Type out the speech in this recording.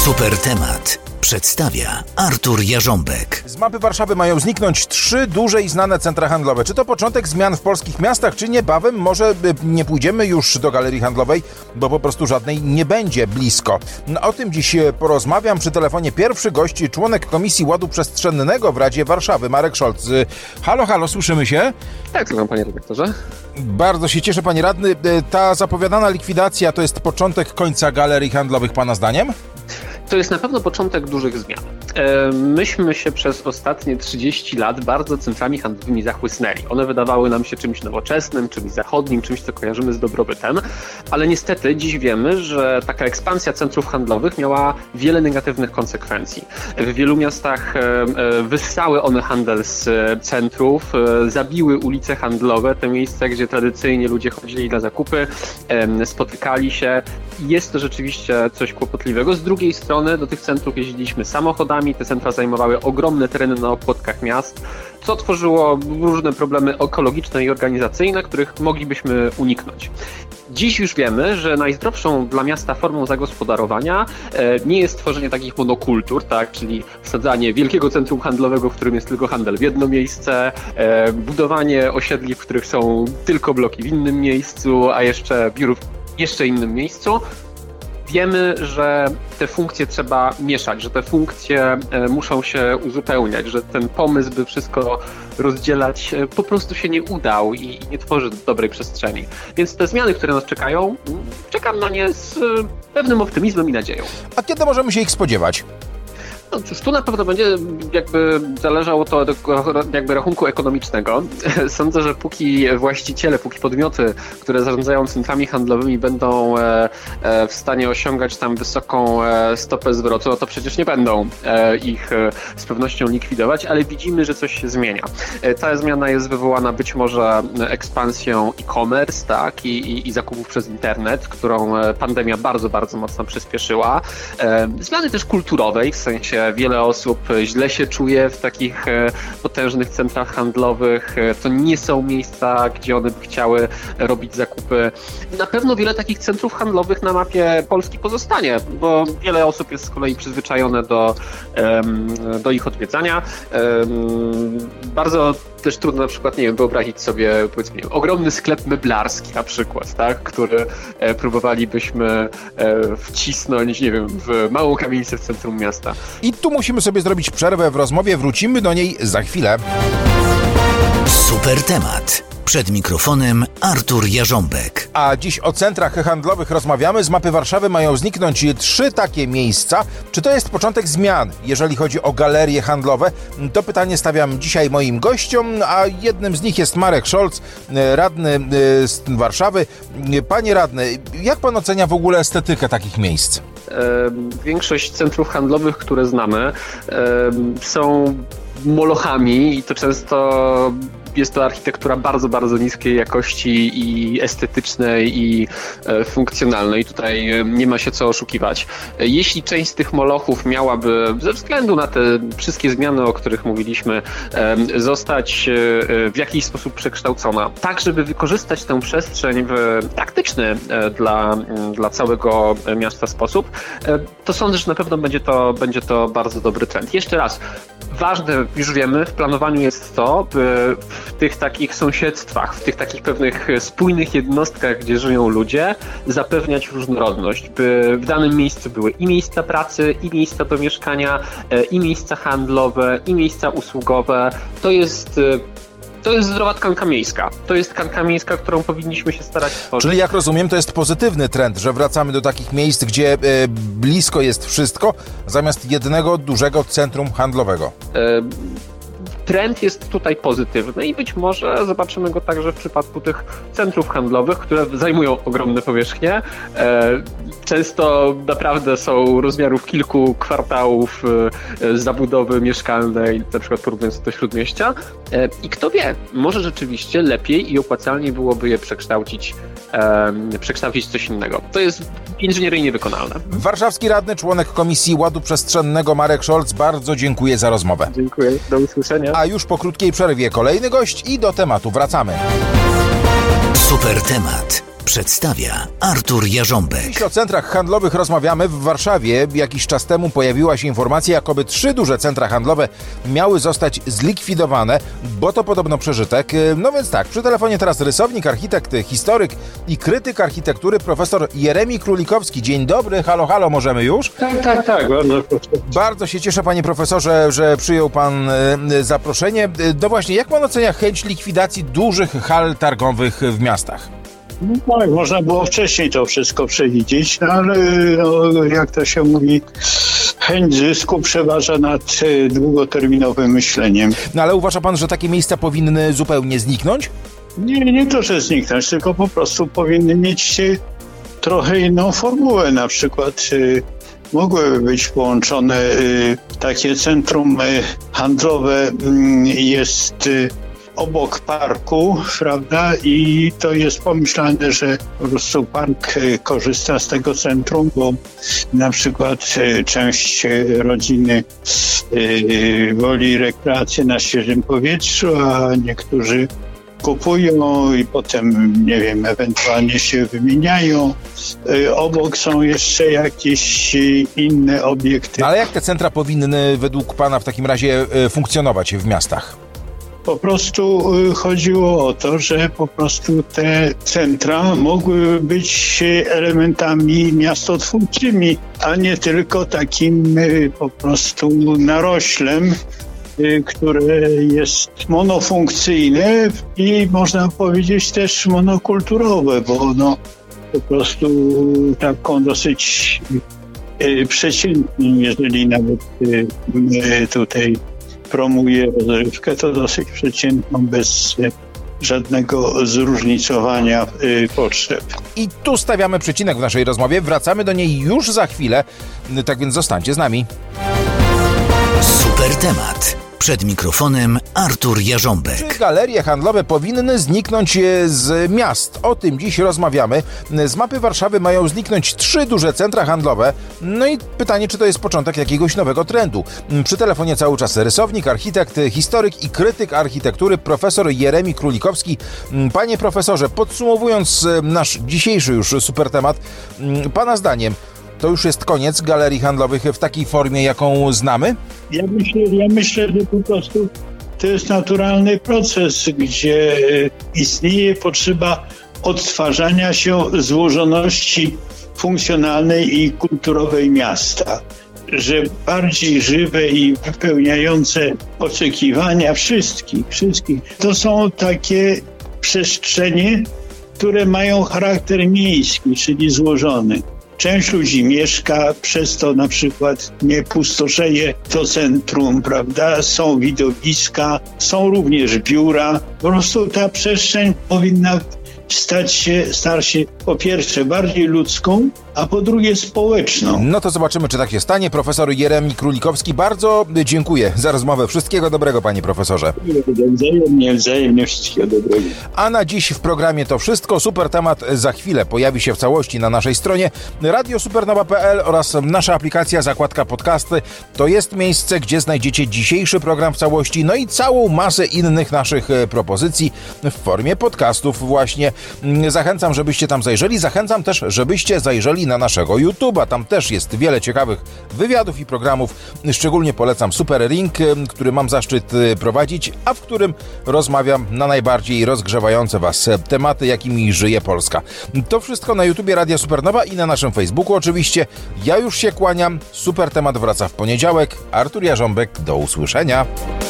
Super temat przedstawia Artur Jarząbek. Z mapy Warszawy mają zniknąć 3 duże i znane centra handlowe. Czy to początek zmian w polskich miastach, czy niebawem może nie pójdziemy już do galerii handlowej, bo po prostu żadnej nie będzie blisko? O tym dziś porozmawiam. Przy telefonie pierwszy gość, członek Komisji Ładu Przestrzennego w Radzie Warszawy, Marek Scholz. Halo, słyszymy się? Tak, słucham, panie redaktorze. Bardzo się cieszę, panie radny. Ta zapowiadana likwidacja to jest początek końca galerii handlowych, pana zdaniem? To jest na pewno początek dużych zmian. Myśmy się przez ostatnie 30 lat bardzo centrami handlowymi zachłysnęli. One wydawały nam się czymś nowoczesnym, czymś zachodnim, czymś, co kojarzymy z dobrobytem, ale niestety dziś wiemy, że taka ekspansja centrów handlowych miała wiele negatywnych konsekwencji. W wielu miastach wyssały one handel z centrów, zabiły ulice handlowe, te miejsca, gdzie tradycyjnie ludzie chodzili na zakupy, spotykali się. Jest to rzeczywiście coś kłopotliwego. Z drugiej strony do tych centrów jeździliśmy samochodami, te centra zajmowały ogromne tereny na opłotkach miast, co tworzyło różne problemy ekologiczne i organizacyjne, których moglibyśmy uniknąć. Dziś już wiemy, że najzdrowszą dla miasta formą zagospodarowania nie jest tworzenie takich monokultur, tak, czyli wsadzanie wielkiego centrum handlowego, w którym jest tylko handel w jedno miejsce, budowanie osiedli, w których są tylko bloki w innym miejscu, a jeszcze biur w jeszcze innym miejscu. Wiemy, że te funkcje trzeba mieszać, że te funkcje muszą się uzupełniać, że ten pomysł, by wszystko rozdzielać, po prostu się nie udał i nie tworzy dobrej przestrzeni. Więc te zmiany, które nas czekają, czekam na nie z pewnym optymizmem i nadzieją. A kiedy możemy się ich spodziewać? No cóż, tu na pewno będzie jakby zależało to od jakby rachunku ekonomicznego. Sądzę, że póki właściciele, póki podmioty, które zarządzają centrami handlowymi będą w stanie osiągać tam wysoką stopę zwrotu, no to przecież nie będą ich z pewnością likwidować, ale widzimy, że coś się zmienia. Ta zmiana jest wywołana być może ekspansją e-commerce, tak, i zakupów przez internet, którą pandemia bardzo, bardzo mocno przyspieszyła. Zmiany też kulturowej, w sensie wiele osób źle się czuje w takich potężnych centrach handlowych. To nie są miejsca, gdzie one by chciały robić zakupy. Na pewno wiele takich centrów handlowych na mapie Polski pozostanie, bo wiele osób jest z kolei przyzwyczajone do ich odwiedzania. Bardzo też trudno na przykład, wyobrazić sobie, powiedzmy, ogromny sklep meblarski na przykład, tak, który próbowalibyśmy wcisnąć, w małą kamienicę w centrum miasta. I tu musimy sobie zrobić przerwę w rozmowie, wrócimy do niej za chwilę. Super temat. Przed mikrofonem Artur Jarząbek. A dziś o centrach handlowych rozmawiamy. Z mapy Warszawy mają zniknąć 3 takie miejsca. Czy to jest początek zmian, jeżeli chodzi o galerie handlowe? To pytanie stawiam dzisiaj moim gościom, a jednym z nich jest Marek Scholz, radny z Warszawy. Panie radny, jak pan ocenia w ogóle estetykę takich miejsc? Większość centrów handlowych, które znamy, są molochami i to często jest to architektura bardzo, bardzo niskiej jakości i estetycznej i funkcjonalnej. Tutaj nie ma się co oszukiwać. Jeśli część z tych molochów miałaby, ze względu na te wszystkie zmiany, o których mówiliśmy, zostać w jakiś sposób przekształcona, tak żeby wykorzystać tę przestrzeń w taktyczny dla całego miasta sposób, to sądzę, że na pewno będzie to bardzo dobry trend. Jeszcze raz, ważne, już wiemy, w planowaniu jest to, by w tych takich sąsiedztwach, w tych takich pewnych spójnych jednostkach, gdzie żyją ludzie, zapewniać różnorodność, by w danym miejscu były i miejsca pracy, i miejsca do mieszkania, i miejsca handlowe, i miejsca usługowe. To jest zdrowa tkanka miejska. To jest tkanka miejska, którą powinniśmy się starać stworzyć. Czyli jak rozumiem, to jest pozytywny trend, że wracamy do takich miejsc, gdzie blisko jest wszystko, zamiast jednego dużego centrum handlowego. Trend jest tutaj pozytywny i być może zobaczymy go także w przypadku tych centrów handlowych, które zajmują ogromne powierzchnie. Często naprawdę są rozmiarów kilku kwartałów zabudowy mieszkalnej, na przykład porównując do Śródmieścia. I kto wie, może rzeczywiście lepiej i opłacalniej byłoby je przekształcić coś innego. To jest inżynieryjnie wykonalne. Warszawski radny, członek Komisji Ładu Przestrzennego Marek Scholz, bardzo dziękuję za rozmowę. Dziękuję, do usłyszenia. A już po krótkiej przerwie kolejny gość i do tematu wracamy. Super temat. przedstawia Artur Jarząbek. Jeśli o centrach handlowych rozmawiamy, w Warszawie jakiś czas temu pojawiła się informacja, jakoby 3 duże centra handlowe miały zostać zlikwidowane, bo to podobno przeżytek. No więc tak, przy telefonie teraz rysownik, architekt, historyk i krytyk architektury profesor Jeremi Królikowski. Dzień dobry, halo, halo, możemy już? Tak, bardzo proszę. Bardzo się cieszę, panie profesorze, że przyjął pan zaproszenie. No właśnie, jak pan ocenia chęć likwidacji dużych hal targowych w miastach? No tak, można było wcześniej to wszystko przewidzieć, ale jak to się mówi, chęć zysku przeważa nad długoterminowym myśleniem. No ale uważa pan, że takie miejsca powinny zupełnie zniknąć? Nie to, że zniknąć, tylko po prostu powinny mieć trochę inną formułę. Na przykład mogłyby być połączone takie centrum handlowe jest obok parku, prawda? I to jest pomyślane, że po prostu park korzysta z tego centrum, bo na przykład część rodziny woli rekreację na świeżym powietrzu, a niektórzy kupują i potem, nie wiem, ewentualnie się wymieniają. Obok są jeszcze jakieś inne obiekty. Ale jak te centra powinny według pana w takim razie funkcjonować w miastach? Po prostu chodziło o to, że po prostu te centra mogły być elementami miastotwórczymi, a nie tylko takim po prostu naroślem, które jest monofunkcyjne i można powiedzieć też monokulturowe, bo ono po prostu taką dosyć przeciętną, jeżeli nawet tutaj promuje rozrywkę, to dosyć przeciętną, bez żadnego zróżnicowania potrzeb. I tu stawiamy przecinek w naszej rozmowie. Wracamy do niej już za chwilę, tak więc zostańcie z nami. Super temat. Przed mikrofonem Artur Jarząbek. Czy galerie handlowe powinny zniknąć z miast? O tym dziś rozmawiamy. Z mapy Warszawy mają zniknąć 3 duże centra handlowe. No i pytanie, czy to jest początek jakiegoś nowego trendu? Przy telefonie cały czas rysownik, architekt, historyk i krytyk architektury profesor Jeremi Królikowski. Panie profesorze, podsumowując nasz dzisiejszy już super temat, pana zdaniem, to już jest koniec galerii handlowych w takiej formie, jaką znamy? Ja myślę, że po prostu to jest naturalny proces, gdzie istnieje potrzeba odtwarzania się złożoności funkcjonalnej i kulturowej miasta, że bardziej żywe i wypełniające oczekiwania wszystkich. To są takie przestrzenie, które mają charakter miejski, czyli złożony. Część ludzi mieszka, przez to na przykład nie pustoszeje to centrum, prawda? Są widowiska, są również biura. Po prostu ta przestrzeń powinna stać się po pierwsze bardziej ludzką, a po drugie społeczną. No to zobaczymy, czy tak się stanie. Profesor Jeremi Królikowski, bardzo dziękuję za rozmowę. Wszystkiego dobrego, panie profesorze. Wzajemnie wszystkiego dobrego. A na dziś w programie to wszystko. Super temat za chwilę pojawi się w całości na naszej stronie radiosupernowa.pl oraz nasza aplikacja, zakładka podcasty. To jest miejsce, gdzie znajdziecie dzisiejszy program w całości, no i całą masę innych naszych propozycji w formie podcastów właśnie. Zachęcam, żebyście tam zajrzeli. Zachęcam też, żebyście zajrzeli na naszego YouTube'a. Tam też jest wiele ciekawych wywiadów i programów. Szczególnie polecam Super Ring, który mam zaszczyt prowadzić, a w którym rozmawiam na najbardziej rozgrzewające was tematy, jakimi żyje Polska. To wszystko na YouTubie Radia Supernowa i na naszym Facebooku oczywiście. Ja już się kłaniam. Super temat wraca w poniedziałek. Artur Jarząbek, do usłyszenia.